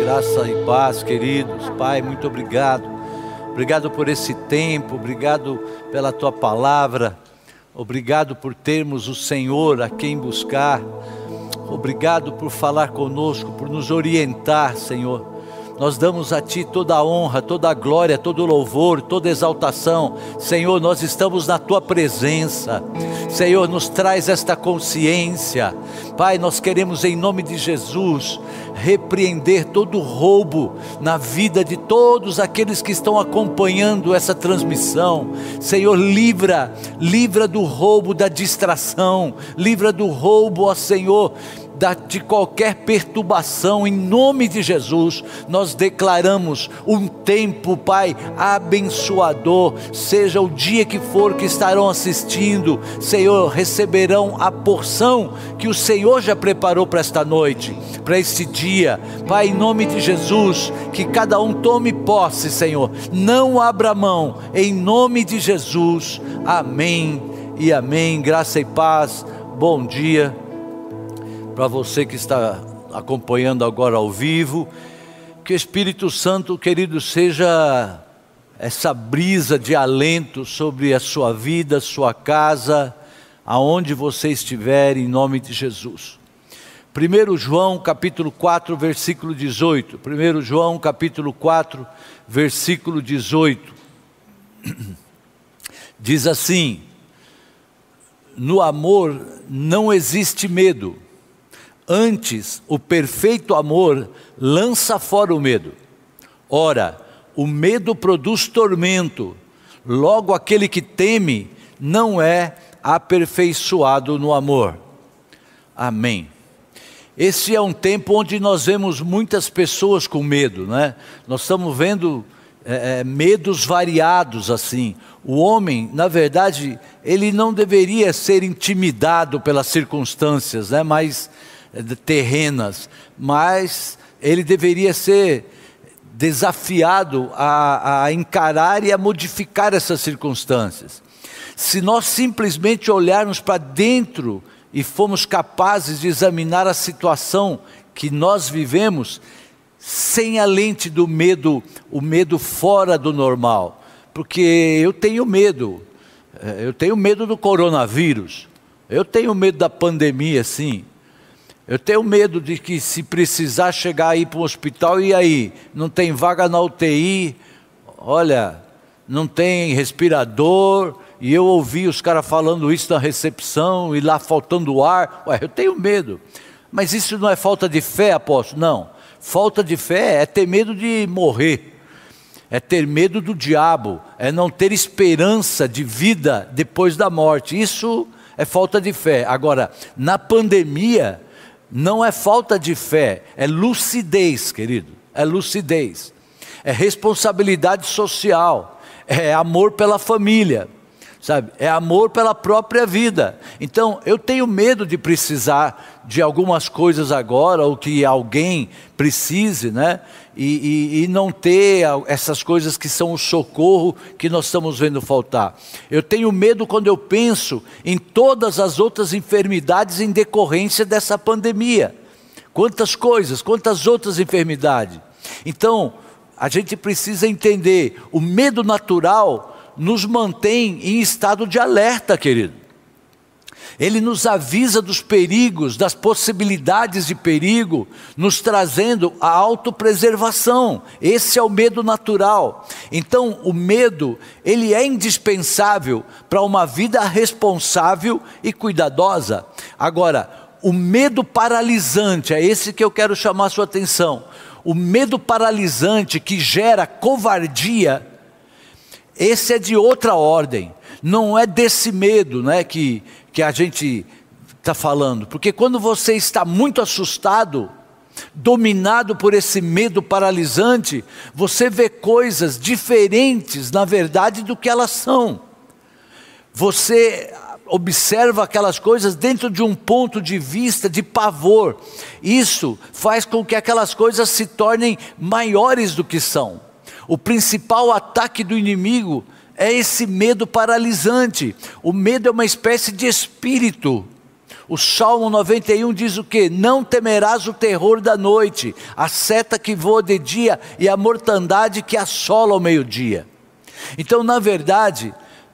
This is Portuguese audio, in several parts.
Graça e paz, queridos. Pai, muito obrigado. Obrigado por esse tempo, obrigado pela Tua palavra. Obrigado por termos o Senhor a quem buscar. Obrigado por falar conosco, por nos orientar, Senhor. Nós damos a Ti toda a honra, toda a glória, todo o louvor, toda a exaltação. Senhor, nós estamos na Tua presença. Senhor, nos traz esta consciência. Pai, nós queremos em nome de Jesus repreender todo roubo na vida de todos aqueles que estão acompanhando essa transmissão. Senhor, livra do roubo da distração, livra do roubo, ó Senhor, de qualquer perturbação. Em nome de Jesus, nós declaramos um tempo, Pai, abençoador. Seja o dia que for que estarão assistindo, Senhor, receberão a porção que o Senhor já preparou para esta noite, para este dia. Pai, em nome de Jesus, que cada um tome posse, Senhor, não abra mão, em nome de Jesus, amém e amém. Graça e paz, bom dia para você que está acompanhando agora ao vivo. Que o Espírito Santo, querido, seja essa brisa de alento sobre a sua vida, sua casa, aonde você estiver, em nome de Jesus. 1 João capítulo 4, versículo 18. 1 João capítulo 4, versículo 18. Diz assim: no amor não existe medo. Antes, o perfeito amor lança fora o medo. Ora, o medo produz tormento. Logo, aquele que teme não é aperfeiçoado no amor. Amém. Esse é um tempo onde nós vemos muitas pessoas com medo, né? Nós estamos vendo medos variados assim. O homem, na verdade, ele não deveria ser intimidado pelas circunstâncias, né? Terrenas, mas ele deveria ser desafiado a encarar e a modificar essas circunstâncias. Se nós simplesmente olharmos para dentro e formos capazes de examinar a situação que nós vivemos, sem a lente do medo, o medo fora do normal, porque eu tenho medo do coronavírus, eu tenho medo da pandemia, sim. Eu tenho medo de que, se precisar chegar aí para o hospital, e aí? Não tem vaga na UTI, olha, não tem respirador, e eu ouvi os caras falando isso na recepção, e lá faltando ar. Eu tenho medo. Mas isso não é falta de fé, apóstolo? Não. Falta de fé é ter medo de morrer, é ter medo do diabo, é não ter esperança de vida depois da morte. Isso é falta de fé. Agora, na pandemia, não é falta de fé, é lucidez, querido, é lucidez, é responsabilidade social, é amor pela família, sabe? É amor pela própria vida. Então, eu tenho medo de precisar de algumas coisas agora, ou que alguém precise, né? E não ter essas coisas que são o socorro que nós estamos vendo faltar. Eu tenho medo quando eu penso em todas as outras enfermidades em decorrência dessa pandemia. Quantas coisas, quantas outras enfermidades. Então, a gente precisa entender, o medo natural nos mantém em estado de alerta, querido. Ele nos avisa dos perigos, das possibilidades de perigo, nos trazendo a autopreservação. Esse é o medo natural. Então, o medo, ele é indispensável para uma vida responsável e cuidadosa. Agora, o medo paralisante, é esse que eu quero chamar a sua atenção. O medo paralisante que gera covardia, esse é de outra ordem. Não é desse medo, né, que a gente está falando. Porque quando você está muito assustado, dominado por esse medo paralisante, você vê coisas diferentes, na verdade, do que elas são. Você observa aquelas coisas dentro de um ponto de vista de pavor. Isso faz com que aquelas coisas se tornem maiores do que são. O principal ataque do inimigo é esse medo paralisante. O medo é uma espécie de espírito. O Salmo 91 diz o quê? Não temerás o terror da noite, a seta que voa de dia e a mortandade que assola ao meio-dia. Então, na verdade,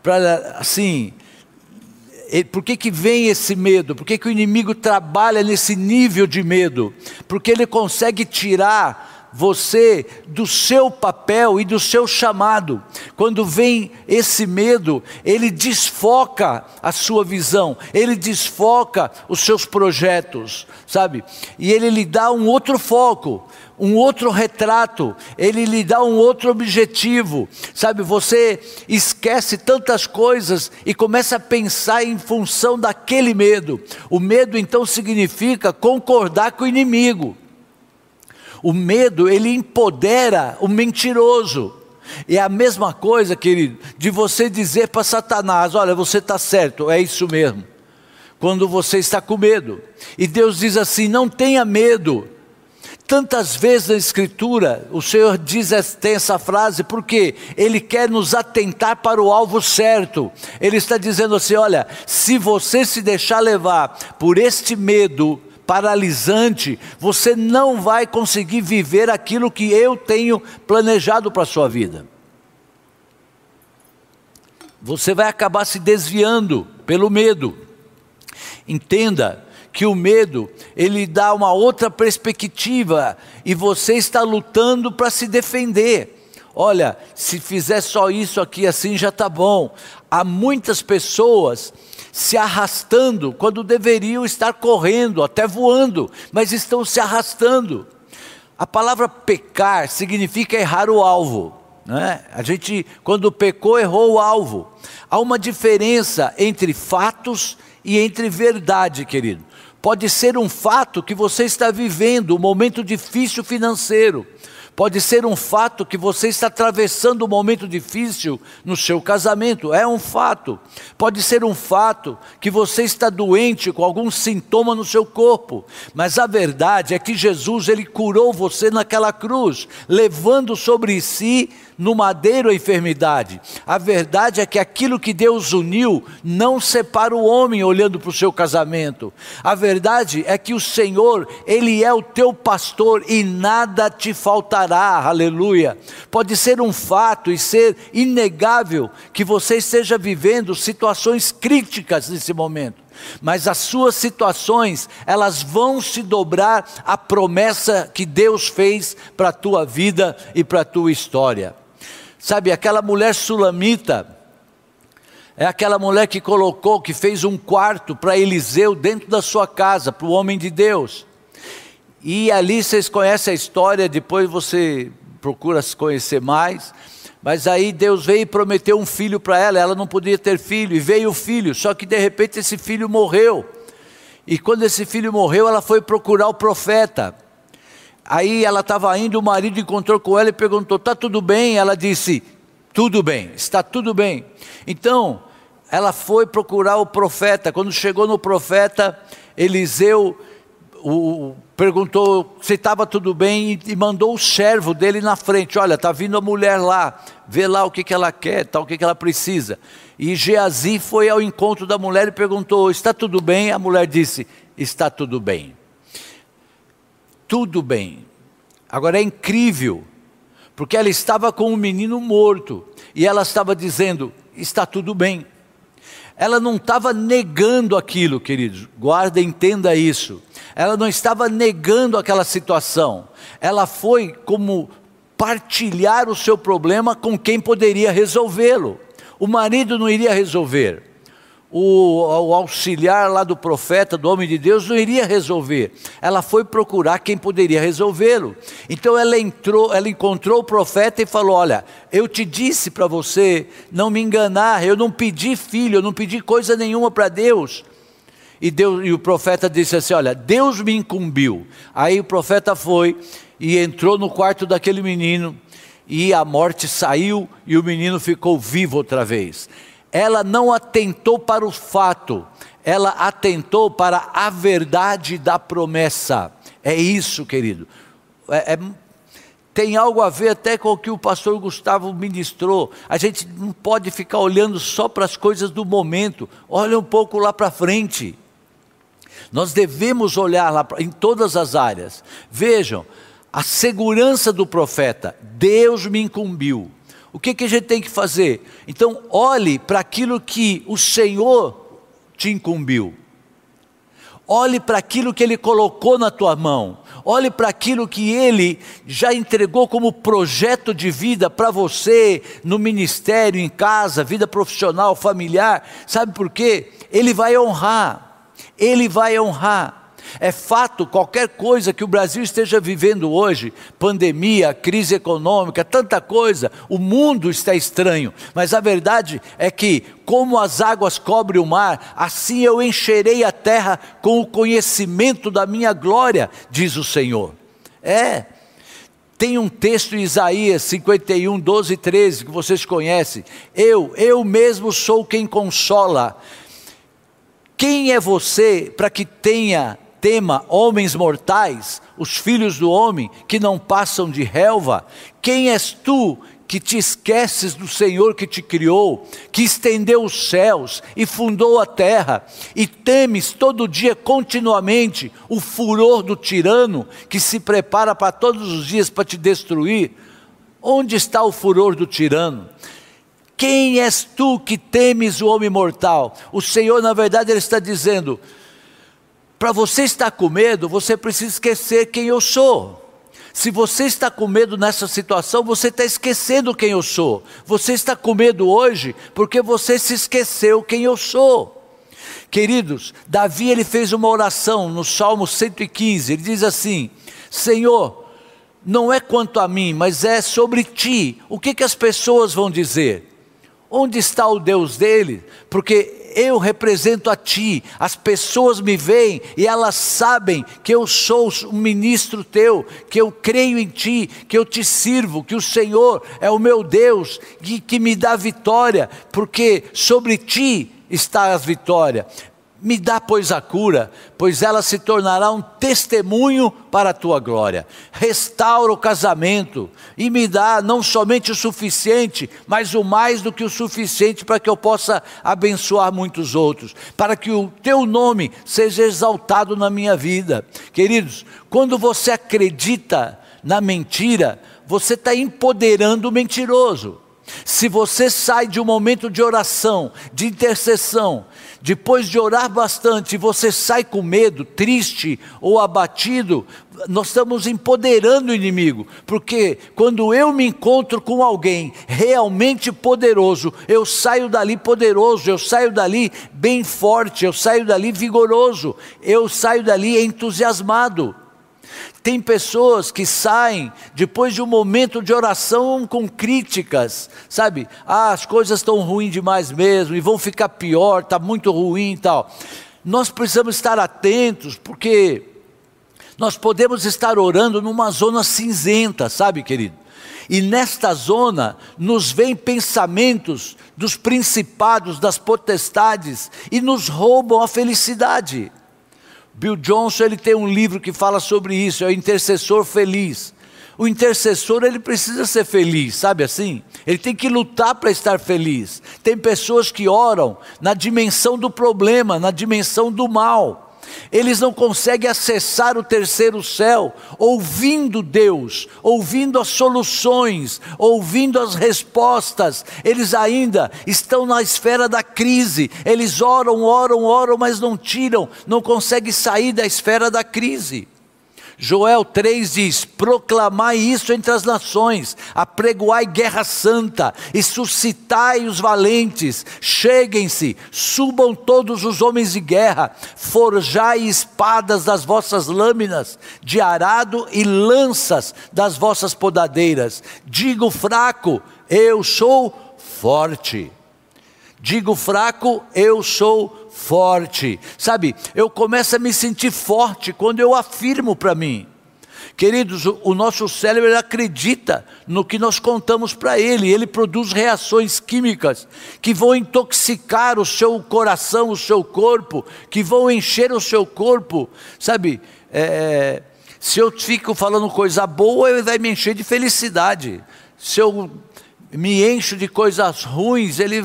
por que vem esse medo? Por que o inimigo trabalha nesse nível de medo? Porque ele consegue tirar você do seu papel e do seu chamado. Quando vem esse medo, ele desfoca a sua visão, ele desfoca os seus projetos, sabe? E ele lhe dá um outro foco, um outro retrato, ele lhe dá um outro objetivo, sabe? Você esquece tantas coisas e começa a pensar em função daquele medo. O medo então significa concordar com o inimigo. O medo, ele empodera o mentiroso. É a mesma coisa, querido, de você dizer para Satanás: olha, você está certo, é isso mesmo. Quando você está com medo. E Deus diz assim: não tenha medo. Tantas vezes na Escritura, o Senhor tem essa frase, porque Ele quer nos atentar para o alvo certo. Ele está dizendo assim: olha, se você se deixar levar por este medo paralisante, você não vai conseguir viver aquilo que eu tenho planejado para a sua vida. Você vai acabar se desviando pelo medo. Entenda que o medo, ele dá uma outra perspectiva, e você está lutando para se defender. Olha, se fizer só isso aqui assim já está bom. Há muitas pessoas se arrastando quando deveriam estar correndo, até voando, mas estão se arrastando. A palavra pecar significa errar o alvo, né? A gente, quando pecou, errou o alvo. Há uma diferença entre fatos e entre verdade, querido. Pode ser um fato que você está vivendo um momento difícil financeiro. Pode ser um fato que você está atravessando um momento difícil no seu casamento, é um fato. Pode ser um fato que você está doente com algum sintoma no seu corpo, mas a verdade é que Jesus, Ele curou você naquela cruz, levando sobre si no madeiro a enfermidade. A verdade é que aquilo que Deus uniu, não separa o homem olhando para o seu casamento. A verdade é que o Senhor, Ele é o teu pastor e nada te faltará. Aleluia. Pode ser um fato e ser inegável que você esteja vivendo situações críticas nesse momento, mas as suas situações, elas vão se dobrar à promessa que Deus fez para a tua vida e para a tua história. Sabe, aquela mulher sulamita é aquela mulher que fez um quarto para Eliseu dentro da sua casa, para o homem de Deus. E ali vocês conhecem a história, depois você procura se conhecer mais. Mas aí Deus veio e prometeu um filho para ela, ela não podia ter filho, e veio o filho, só que de repente esse filho morreu. E quando esse filho morreu, ela foi procurar o profeta. Aí ela estava indo, o marido encontrou com ela e perguntou: está tudo bem? Ela disse: tudo bem, está tudo bem. Então, ela foi procurar o profeta. Quando chegou no profeta, Eliseu perguntou se estava tudo bem e mandou o servo dele na frente: olha, está vindo a mulher lá, vê lá o que ela quer, o que ela precisa. E Geazi foi ao encontro da mulher e perguntou: está tudo bem? A mulher disse: está tudo bem. Tudo bem. Agora é incrível, porque ela estava com um menino morto, e ela estava dizendo: está tudo bem. Ela não estava negando aquilo, queridos, guarda, entenda isso. Ela não estava negando aquela situação, ela foi como partilhar o seu problema com quem poderia resolvê-lo. O marido não iria resolver, o auxiliar lá do profeta, do homem de Deus, não iria resolver. Ela foi procurar quem poderia resolvê-lo. Então ela encontrou o profeta e falou: olha, eu te disse para você não me enganar, eu não pedi filho, eu não pedi coisa nenhuma para Deus. E o profeta disse assim: olha, Deus me incumbiu. Aí o profeta foi e entrou no quarto daquele menino, e a morte saiu e o menino ficou vivo outra vez. Ela não atentou para o fato, ela atentou para a verdade da promessa. É isso, querido. Tem algo a ver até com o que o pastor Gustavo ministrou. A gente não pode ficar olhando só para as coisas do momento, olha um pouco lá para frente. Nós devemos olhar lá em todas as áreas. Vejam, a segurança do profeta, Deus me incumbiu. O que a gente tem que fazer? Então olhe para aquilo que o Senhor te incumbiu. Olhe para aquilo que Ele colocou na tua mão. Olhe para aquilo que Ele já entregou como projeto de vida para você, no ministério, em casa, vida profissional, familiar. Sabe por quê? Ele vai honrar. Ele vai honrar. É fato, qualquer coisa que o Brasil esteja vivendo hoje, pandemia, crise econômica, tanta coisa, o mundo está estranho, mas a verdade é que, como as águas cobrem o mar, assim eu encherei a terra com o conhecimento da minha glória, diz o Senhor. Tem um texto em Isaías 51, 12 e 13, que vocês conhecem. Eu mesmo sou quem consola. Quem é você para que tema homens mortais, os filhos do homem, que não passam de relva? Quem és tu que te esqueces do Senhor que te criou, que estendeu os céus e fundou a terra, e temes todo dia continuamente o furor do tirano, que se prepara para todos os dias para te destruir? Onde está o furor do tirano? Quem és tu que temes o homem mortal? O Senhor, na verdade, Ele está dizendo: para você estar com medo, você precisa esquecer quem eu sou. Se você está com medo nessa situação, você está esquecendo quem eu sou. Você está com medo hoje porque você se esqueceu quem eu sou. Queridos, Davi, ele fez uma oração no Salmo 115, ele diz assim: Senhor, não é quanto a mim, mas é sobre ti. O que as pessoas vão dizer? Onde está o Deus dele? Porque eu represento a ti, as pessoas me veem e elas sabem que eu sou um ministro teu, que eu creio em ti, que eu te sirvo, que o Senhor é o meu Deus, que me dá vitória, porque sobre ti está a vitória. Me dá, pois, a cura, pois ela se tornará um testemunho para a tua glória. Restaura o casamento e me dá não somente o suficiente, mas o mais do que o suficiente para que eu possa abençoar muitos outros, para que o teu nome seja exaltado na minha vida. Queridos, quando você acredita na mentira, você está empoderando o mentiroso. Se você sai de um momento de oração, de intercessão, depois de orar bastante, você sai com medo, triste ou abatido, nós estamos empoderando o inimigo, porque quando eu me encontro com alguém realmente poderoso, eu saio dali poderoso, eu saio dali bem forte, eu saio dali vigoroso, eu saio dali entusiasmado. Tem pessoas que saem depois de um momento de oração com críticas, sabe? As coisas estão ruins demais mesmo, e vão ficar pior, está muito ruim e tal. Nós precisamos estar atentos, porque nós podemos estar orando numa zona cinzenta, sabe, querido? E nesta zona nos vêm pensamentos dos principados, das potestades, e nos roubam a felicidade. Bill Johnson, ele tem um livro que fala sobre isso, é o Intercessor Feliz. O intercessor, ele precisa ser feliz, sabe assim? Ele tem que lutar para estar feliz. Tem pessoas que oram na dimensão do problema, na dimensão do mal. Eles não conseguem acessar o terceiro céu, ouvindo Deus, ouvindo as soluções, ouvindo as respostas. Eles ainda estão na esfera da crise. Eles oram, mas não conseguem sair da esfera da crise. Joel 3 diz: proclamai isso entre as nações, apregoai guerra santa, e suscitai os valentes, cheguem-se, subam todos os homens de guerra, forjai espadas das vossas lâminas de arado e lanças das vossas podadeiras. Digo fraco, eu sou forte. Digo fraco, eu sou forte. Sabe, eu começo a me sentir forte quando eu afirmo para mim. Queridos, o nosso cérebro, ele acredita no que nós contamos para ele. Ele produz reações químicas que vão intoxicar o seu coração, o seu corpo, que vão encher o seu corpo. Sabe, se eu fico falando coisa boa, ele vai me encher de felicidade. Se eu me encho de coisas ruins, ele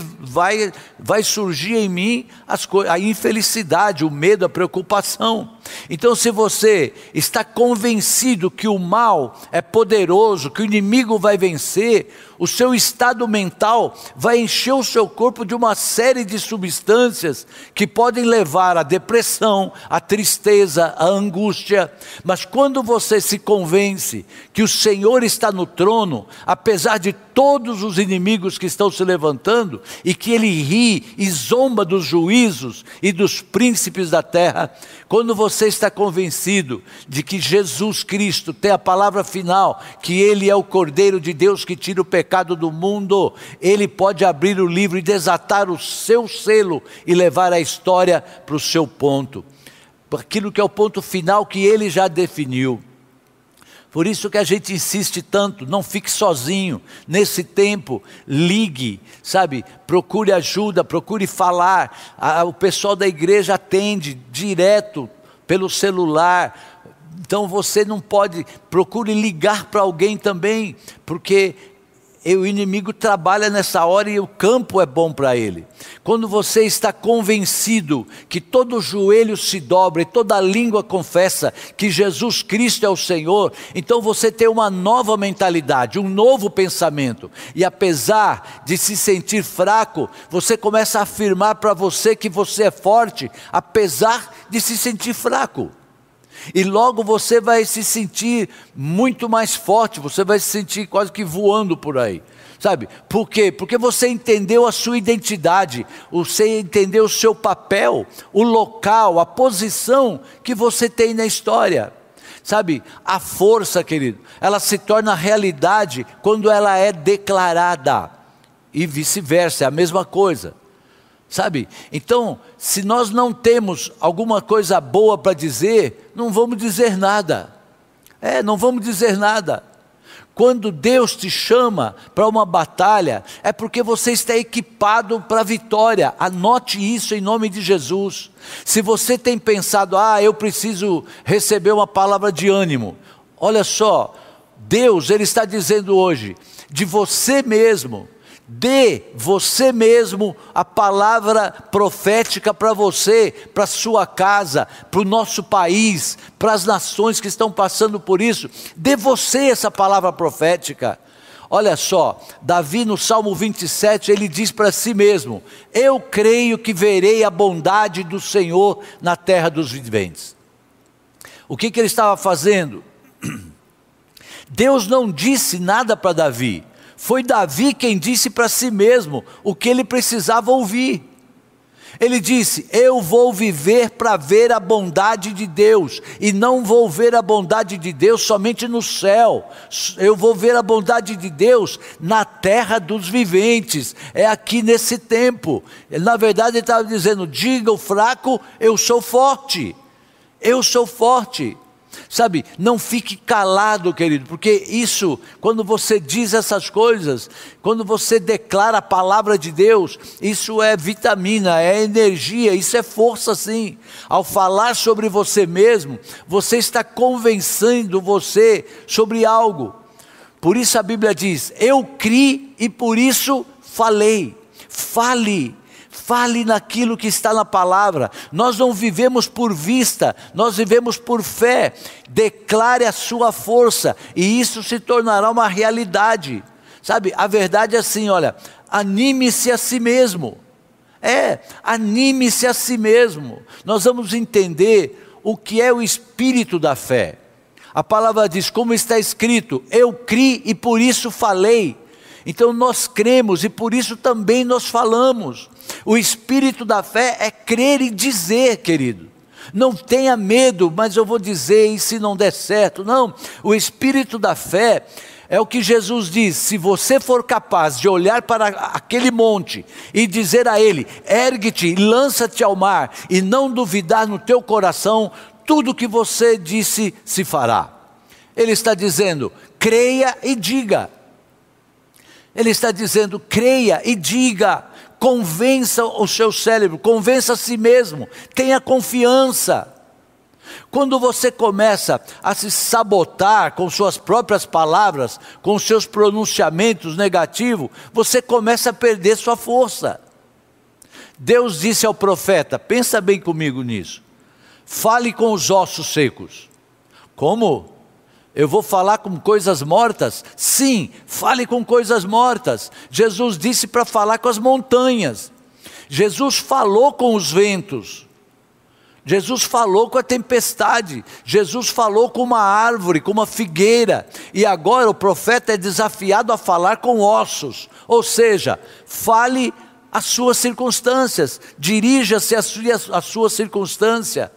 vai surgir em mim a infelicidade, o medo, a preocupação. Então, se você está convencido que o mal é poderoso, que o inimigo vai vencer, o seu estado mental vai encher o seu corpo de uma série de substâncias que podem levar à depressão, à tristeza, à angústia. Mas quando você se convence que o Senhor está no trono, apesar de todos os inimigos que estão se levantando, e que Ele ri e zomba dos juízos e dos príncipes da terra, quando você está convencido de que Jesus Cristo tem a palavra final, que Ele é o Cordeiro de Deus que tira o pecado do mundo, Ele pode abrir o livro e desatar o seu selo e levar a história para o seu ponto, aquilo que é o ponto final que Ele já definiu. Por isso que a gente insiste tanto, não fique sozinho, nesse tempo, ligue, sabe, procure ajuda, procure falar, o pessoal da igreja atende direto pelo celular, então você não pode, procure ligar para alguém também, porque o inimigo trabalha nessa hora e o campo é bom para ele. Quando você está convencido que todo joelho se dobra e toda língua confessa que Jesus Cristo é o Senhor, então você tem uma nova mentalidade, um novo pensamento. E apesar de se sentir fraco, você começa a afirmar para você que você é forte, apesar de se sentir fraco. E logo você vai se sentir muito mais forte, você vai se sentir quase que voando por aí, sabe? Por quê? Porque você entendeu a sua identidade, você entendeu o seu papel, o local, a posição que você tem na história. Sabe, a força, querido, ela se torna realidade quando ela é declarada, e vice-versa, é a mesma coisa. Sabe, então, se nós não temos alguma coisa boa para dizer, não vamos dizer nada, não vamos dizer nada. Quando Deus te chama para uma batalha, é porque você está equipado para a vitória. Anote isso em nome de Jesus. Se você tem pensado, eu preciso receber uma palavra de ânimo, olha só, Deus, Ele está dizendo hoje, de você mesmo, dê você mesmo a palavra profética para você, para a sua casa, para o nosso país, para as nações que estão passando por isso. Dê você essa palavra profética. Olha só, Davi no Salmo 27, ele diz para si mesmo: eu creio que verei a bondade do Senhor na terra dos viventes. O que ele estava fazendo? Deus não disse nada para Davi. Foi Davi quem disse para si mesmo o que ele precisava ouvir. Ele disse: eu vou viver para ver a bondade de Deus, e não vou ver a bondade de Deus somente no céu, eu vou ver a bondade de Deus na terra dos viventes, é aqui nesse tempo. Na verdade ele estava dizendo: diga o fraco, eu sou forte, eu sou forte. Sabe, não fique calado, querido, porque isso, quando você diz essas coisas, quando você declara a palavra de Deus, isso é vitamina, é energia, isso é força sim. Ao falar sobre você mesmo, você está convencendo você sobre algo. Por isso a Bíblia diz: eu criei e por isso falei. Fale naquilo que está na palavra. Nós não vivemos por vista, nós vivemos por fé. Declare a sua força e isso se tornará uma realidade. Sabe, a verdade é assim, olha, anime-se a si mesmo. Anime-se a si mesmo. Nós vamos entender o que é o espírito da fé. A palavra diz, como está escrito: eu criei e por isso falei. Então nós cremos e por isso também nós falamos. O espírito da fé é crer e dizer, querido. Não tenha medo, mas eu vou dizer, e se não der certo? Não, o espírito da fé é o que Jesus diz: se você for capaz de olhar para aquele monte e dizer a ele: ergue-te e lança-te ao mar, e não duvidar no teu coração, tudo que você disse se fará. Ele está dizendo: creia e diga. Ele está dizendo: creia e diga, convença o seu cérebro, convença a si mesmo, tenha confiança. Quando você começa a se sabotar com suas próprias palavras, com seus pronunciamentos negativos, você começa a perder sua força. Deus disse ao profeta, pensa bem comigo nisso, fale com os ossos secos. Como? Eu vou falar com coisas mortas? Sim, fale com coisas mortas. Jesus disse para falar com as montanhas. Jesus falou com os ventos. Jesus falou com a tempestade. Jesus falou com uma árvore, com uma figueira. E agora o profeta é desafiado a falar com ossos. Ou seja, fale as suas circunstâncias. Dirija-se à sua circunstância.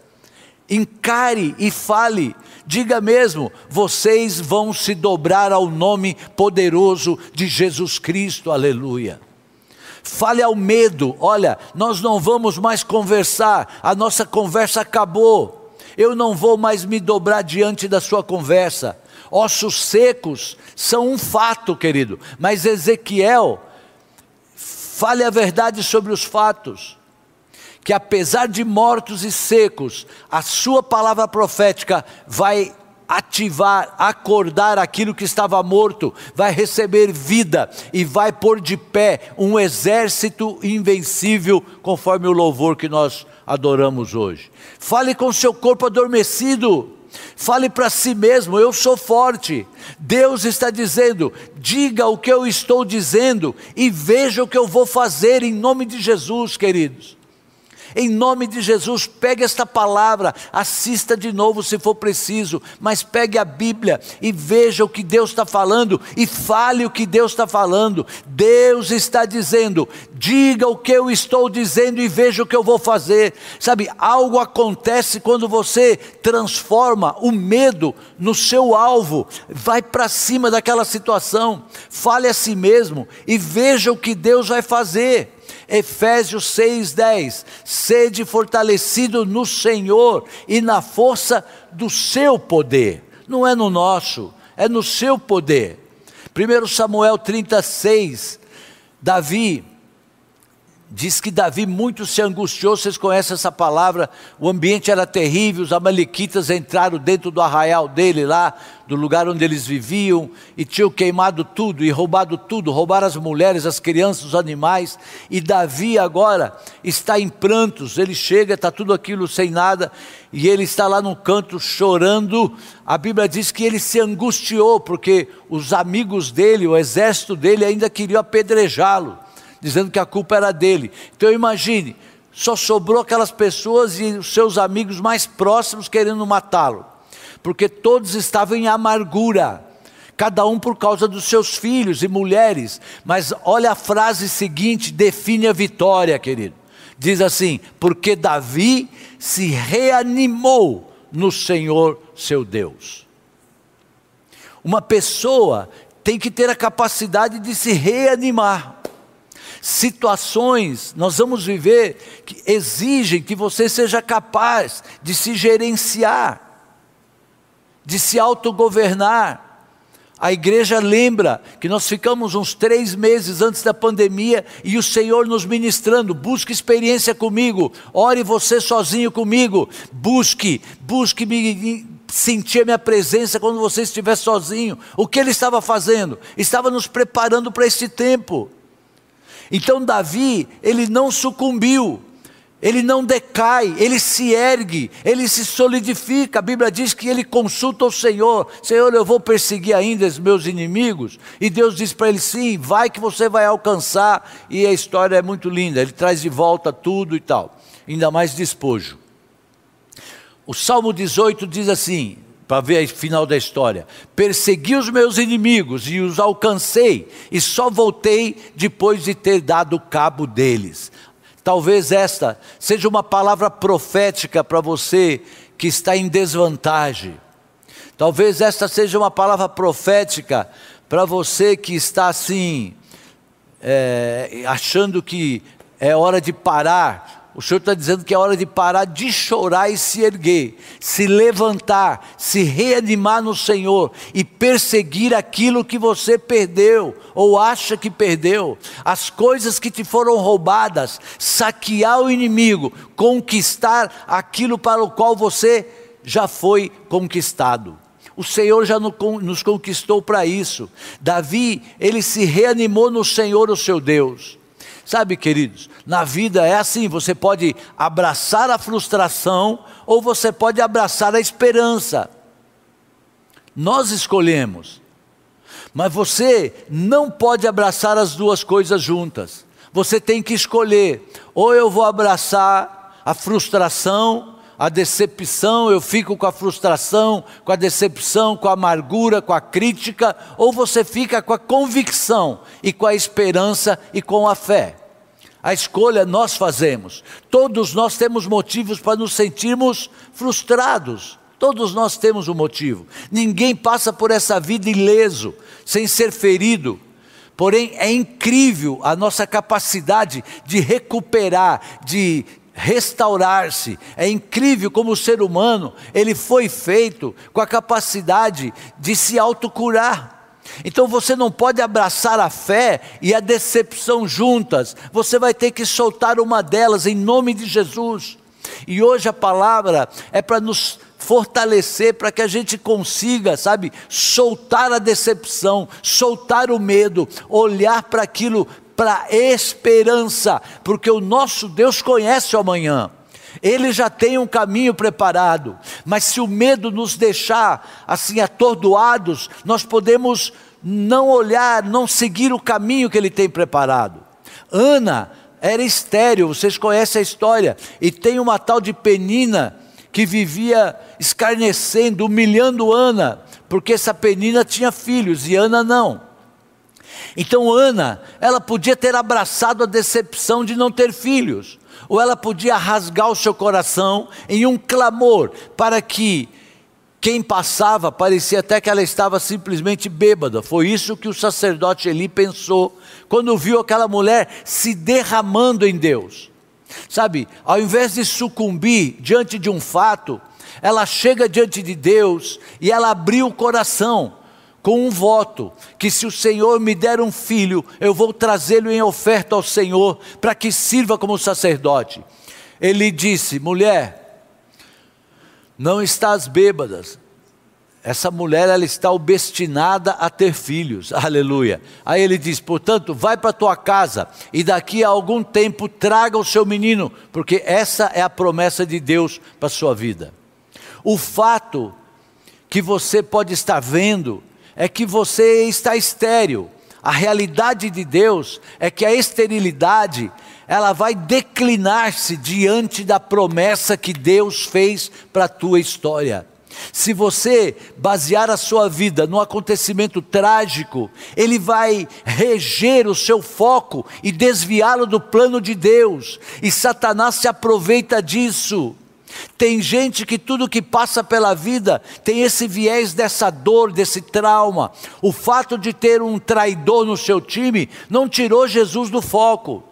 Encare e fale. Diga mesmo, vocês vão se dobrar ao nome poderoso de Jesus Cristo, aleluia. Fale ao medo, olha, nós não vamos mais conversar, a nossa conversa acabou, eu não vou mais me dobrar diante da sua conversa. Ossos secos são um fato, querido, mas Ezequiel, fale a verdade sobre os fatos. Que apesar de mortos e secos, a sua palavra profética vai ativar, acordar aquilo que estava morto, vai receber vida e vai pôr de pé um exército invencível, conforme o louvor que nós adoramos hoje. Fale com seu corpo adormecido, fale para si mesmo, eu sou forte. Deus está dizendo, diga o que eu estou dizendo e veja o que eu vou fazer em nome de Jesus, queridos. Em nome de Jesus, pegue esta palavra, assista de novo se for preciso, mas pegue a Bíblia e veja o que Deus está falando e fale o que Deus está falando. Deus está dizendo, diga o que eu estou dizendo e veja o que eu vou fazer. Sabe, algo acontece quando você transforma o medo no seu alvo, vai para cima daquela situação, fale a si mesmo e veja o que Deus vai fazer. Efésios 6:10, sede fortalecido no Senhor e na força do seu poder, não é no nosso, é no seu poder. 1 Samuel 36, Davi, diz que Davi muito se angustiou, vocês conhecem essa palavra, o ambiente era terrível, os amalequitas entraram dentro do arraial dele lá, do lugar onde eles viviam, e tinham queimado tudo, e roubado tudo, roubaram as mulheres, as crianças, os animais, e Davi agora está em prantos, ele chega, está tudo aquilo sem nada, e ele está lá no canto chorando. A Bíblia diz que ele se angustiou, porque os amigos dele, o exército dele ainda queriam apedrejá-lo, dizendo que a culpa era dele. Então imagine, só sobrou aquelas pessoas e os seus amigos mais próximos querendo matá-lo, porque todos estavam em amargura, cada um por causa dos seus filhos e mulheres. Mas olha a frase seguinte, define a vitória, querido. Diz assim, porque Davi se reanimou no Senhor seu Deus. Uma pessoa tem que ter a capacidade de se reanimar. Situações nós vamos viver que exigem que você seja capaz de se gerenciar, de se autogovernar. A igreja lembra que nós ficamos uns 3 meses antes da pandemia e o Senhor nos ministrando, busque experiência comigo, ore você sozinho comigo, busque me sentir a minha presença quando você estiver sozinho. O que ele estava fazendo? Estava nos preparando para esse tempo. Então Davi, ele não sucumbiu, ele não decai, ele se ergue, ele se solidifica. A Bíblia diz que ele consulta o Senhor, Senhor, eu vou perseguir ainda os meus inimigos, e Deus diz para ele, sim, vai que você vai alcançar, e a história é muito linda, ele traz de volta tudo e tal, ainda mais despojo. O Salmo 18 diz assim, para ver o final da história, persegui os meus inimigos e os alcancei, e só voltei depois de ter dado cabo deles. Talvez esta seja uma palavra profética para você que está em desvantagem. Talvez esta seja uma palavra profética para você que está assim, achando que é hora de parar. O Senhor está dizendo que é hora de parar de chorar e se erguer, se levantar, se reanimar no Senhor e perseguir aquilo que você perdeu ou acha que perdeu, as coisas que te foram roubadas, saquear o inimigo, conquistar aquilo para o qual você já foi conquistado. O Senhor já nos conquistou para isso. Davi, ele se reanimou no Senhor, o seu Deus. Sabe, queridos, na vida é assim, você pode abraçar a frustração ou você pode abraçar a esperança. Nós escolhemos. Mas você não pode abraçar as duas coisas juntas. Você tem que escolher. Ou eu vou abraçar a frustração, a decepção, eu fico com a frustração, com a decepção, com a amargura, com a crítica, ou você fica com a convicção e com a esperança e com a fé. A escolha nós fazemos. Todos nós temos motivos para nos sentirmos frustrados. Todos nós temos um motivo. Ninguém passa por essa vida ileso, sem ser ferido. Porém, é incrível a nossa capacidade de recuperar, de restaurar-se. É incrível como o ser humano, ele foi feito com a capacidade de se autocurar. Então você não pode abraçar a fé e a decepção juntas. Você vai ter que soltar uma delas em nome de Jesus. E hoje a palavra é para nos fortalecer, para que a gente consiga, soltar a decepção, soltar o medo, olhar para aquilo, para esperança, porque o nosso Deus conhece o amanhã. Ele já tem um caminho preparado, mas se o medo nos deixar assim atordoados, nós podemos não olhar, não seguir o caminho que Ele tem preparado. Ana era estéril, vocês conhecem a história, e tem uma tal de Penina, que vivia escarnecendo, humilhando Ana, porque essa Penina tinha filhos e Ana não. Então Ana, ela podia ter abraçado a decepção de não ter filhos, ou ela podia rasgar o seu coração em um clamor, para que quem passava, parecia até que ela estava simplesmente bêbada. Foi isso que o sacerdote Eli pensou, quando viu aquela mulher se derramando em Deus. Ao invés de sucumbir diante de um fato, ela chega diante de Deus e ela abriu o coração com um voto, que se o Senhor me der um filho, eu vou trazê-lo em oferta ao Senhor, para que sirva como sacerdote. Ele disse: mulher, não estás bêbada. Essa mulher, ela está obstinada a ter filhos, aleluia. Aí ele diz: portanto, vai para a tua casa e daqui a algum tempo traga o seu menino, porque essa é a promessa de Deus para a sua vida. O fato que você pode estar vendo é que você está estéril. A realidade de Deus é que a esterilidade, ela vai declinar-se diante da promessa que Deus fez para a tua história. Se você basear a sua vida num acontecimento trágico, ele vai reger o seu foco e desviá-lo do plano de Deus, e Satanás se aproveita disso. Tem gente que tudo que passa pela vida tem esse viés dessa dor, desse trauma. O fato de ter um traidor no seu time não tirou Jesus do foco.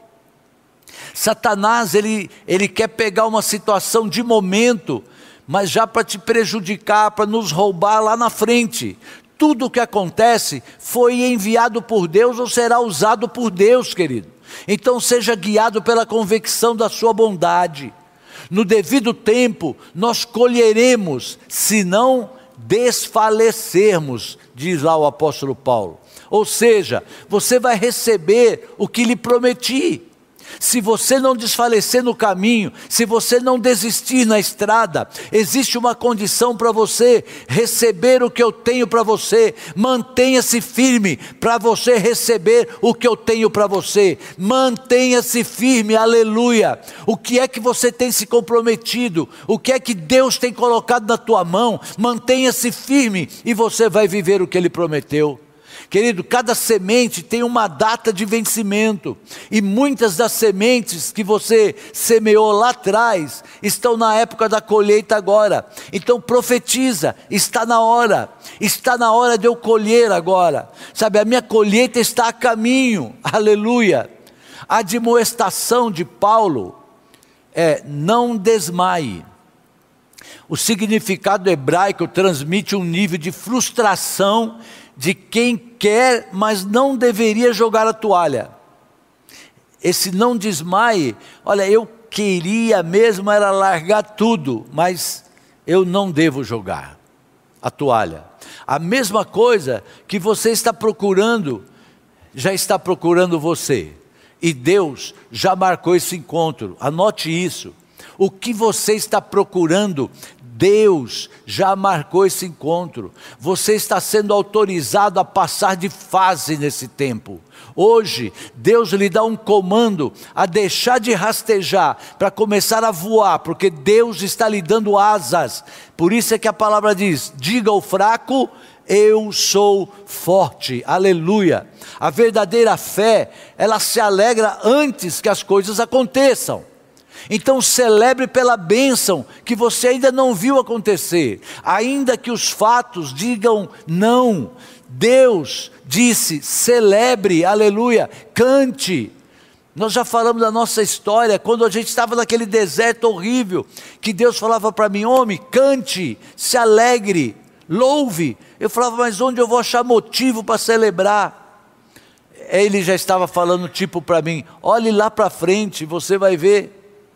Satanás, ele quer pegar uma situação de momento, mas já para te prejudicar, para nos roubar lá na frente. Tudo o que acontece foi enviado por Deus ou será usado por Deus, querido. Então seja guiado pela convicção da sua bondade. No devido tempo nós colheremos, se não desfalecermos, diz lá o apóstolo Paulo. Ou seja, você vai receber o que lhe prometi. Se você não desfalecer no caminho, se você não desistir na estrada, existe uma condição para você receber o que eu tenho para você. Mantenha-se firme para você receber o que eu tenho para você. Mantenha-se firme, aleluia. O que é que você tem se comprometido? O que é que Deus tem colocado na tua mão? Mantenha-se firme e você vai viver o que Ele prometeu. Querido, cada semente tem uma data de vencimento, e muitas das sementes que você semeou lá atrás, estão na época da colheita agora. Então profetiza, está na hora de eu colher agora, a minha colheita está a caminho, aleluia. A admoestação de Paulo é: não desmaie. O significado hebraico transmite um nível de frustração de quem quer, mas não deveria jogar a toalha. Esse não desmaie, olha, eu queria mesmo era largar tudo, mas eu não devo jogar a toalha. A mesma coisa que você está procurando, já está procurando você. E Deus já marcou esse encontro. Anote isso. O que você está procurando, Deus já marcou esse encontro. Você está sendo autorizado a passar de fase nesse tempo. Hoje, Deus lhe dá um comando a deixar de rastejar, para começar a voar, porque Deus está lhe dando asas. Por isso é que a palavra diz: diga ao fraco, eu sou forte. Aleluia. A verdadeira fé, ela se alegra antes que as coisas aconteçam. Então celebre pela bênção que você ainda não viu acontecer, ainda que os fatos digam não. Deus disse: celebre, aleluia, cante. Nós já falamos da nossa história, quando a gente estava naquele deserto horrível, que Deus falava para mim: homem, cante, se alegre, louve. Eu falava: mas onde eu vou achar motivo para celebrar? Ele já estava falando tipo para mim: olhe lá para frente, você vai ver.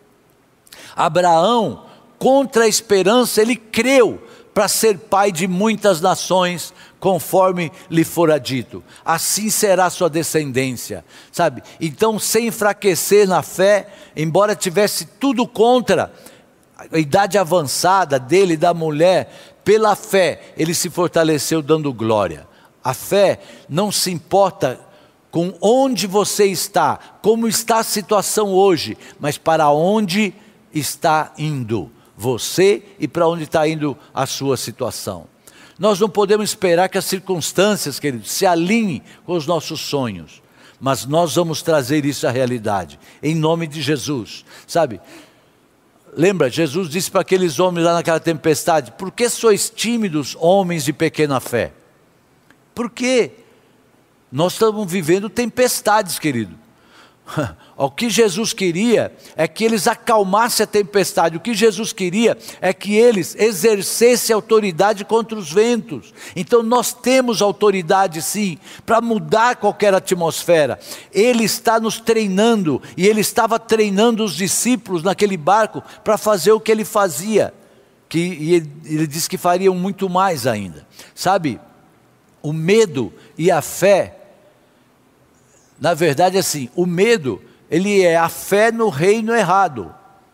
Abraão, contra a esperança, ele creu para ser pai de muitas nações, conforme lhe fora dito. Assim será sua descendência, sabe? Então, sem enfraquecer na fé, embora tivesse tudo contra, a idade avançada dele e da mulher, pela fé, ele se fortaleceu dando glória. A fé não se importa com onde você está, como está a situação hoje, mas para onde está indo você e para onde está indo a sua situação. Nós não podemos esperar que as circunstâncias, queridos, se alinhem com os nossos sonhos, mas nós vamos trazer isso à realidade, em nome de Jesus, sabe? Lembra, Jesus disse para aqueles homens lá naquela tempestade: por que sois tímidos, homens de pequena fé? Por quê? Nós estamos vivendo tempestades, querido. O que Jesus queria é que eles acalmassem a tempestade. O que Jesus queria é que eles exercessem autoridade contra os ventos. Então nós temos autoridade sim, para mudar qualquer atmosfera. Ele está nos treinando, e ele estava treinando os discípulos naquele barco, para fazer o que ele fazia, e ele disse que fariam muito mais ainda. Sabe, o medo e a fé, na verdade assim, o medo, ele é a fé no reino errado.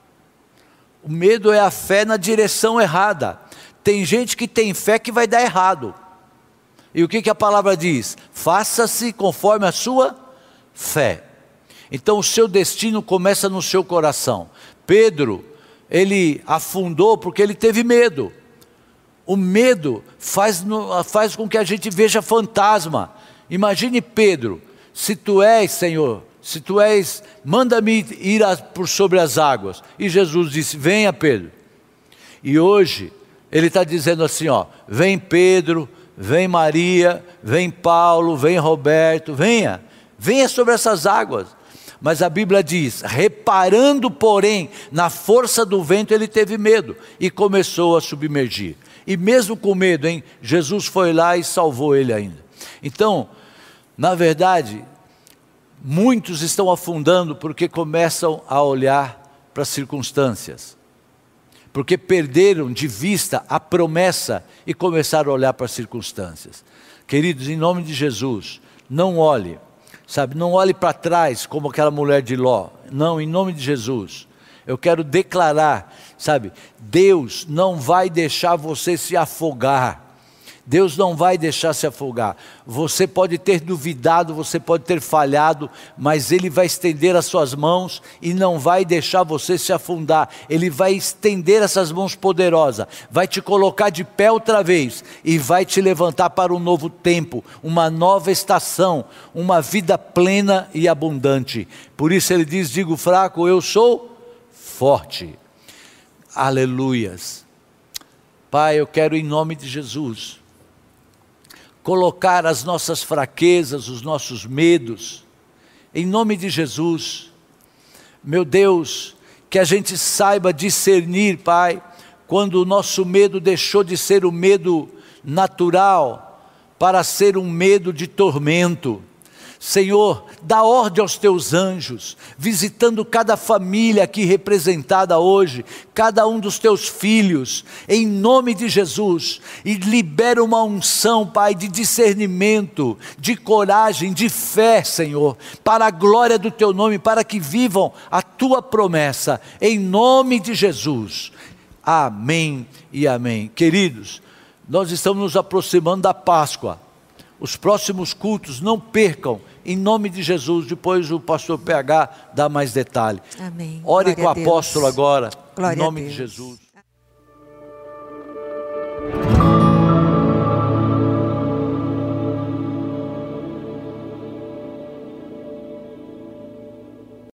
O medo é a fé na direção errada. Tem gente que tem fé que vai dar errado. E o que a palavra diz? Faça-se conforme a sua fé. Então o seu destino começa no seu coração. Pedro, ele afundou porque ele teve medo. O medo faz com que a gente veja fantasma. Imagine Pedro: se tu és, Senhor, se tu és, manda-me ir por sobre as águas. E Jesus disse: venha, Pedro. E hoje ele está dizendo assim, ó: vem Pedro, vem Maria, vem Paulo, vem Roberto, venha sobre essas águas. Mas a Bíblia diz: reparando porém na força do vento, ele teve medo e começou a submergir. E mesmo com medo, Jesus foi lá e salvou ele ainda. Então, na verdade, muitos estão afundando porque começam a olhar para as circunstâncias, porque perderam de vista a promessa e começaram a olhar para as circunstâncias. Queridos, em nome de Jesus, não olhe, sabe, não olhe para trás como aquela mulher de Ló. Não, em nome de Jesus, eu quero declarar, sabe, Deus não vai deixar você se afogar. Deus não vai deixar se afogar. Você pode ter duvidado, você pode ter falhado, mas Ele vai estender as suas mãos e não vai deixar você se afundar. Ele vai estender essas mãos poderosas, vai te colocar de pé outra vez e vai te levantar para um novo tempo, uma nova estação, uma vida plena e abundante. Por isso Ele diz: digo fraco, eu sou forte. Aleluias. Pai, eu quero, em nome de Jesus, colocar as nossas fraquezas, os nossos medos, em nome de Jesus. Meu Deus, que a gente saiba discernir, Pai, quando o nosso medo deixou de ser o medo natural, para ser um medo de tormento. Senhor, dá ordem aos teus anjos, visitando cada família aqui representada hoje, cada um dos teus filhos, em nome de Jesus, e libera uma unção, Pai, de discernimento, de coragem, de fé, Senhor, para a glória do teu nome, para que vivam a tua promessa, em nome de Jesus. Amém e amém. Queridos, nós estamos nos aproximando da Páscoa. Os próximos cultos, não percam, em nome de Jesus. Depois o pastor PH dá mais detalhe. Amém. Ore Glória com o a Deus. apóstolo agora, Glória em nome a de Deus. Jesus.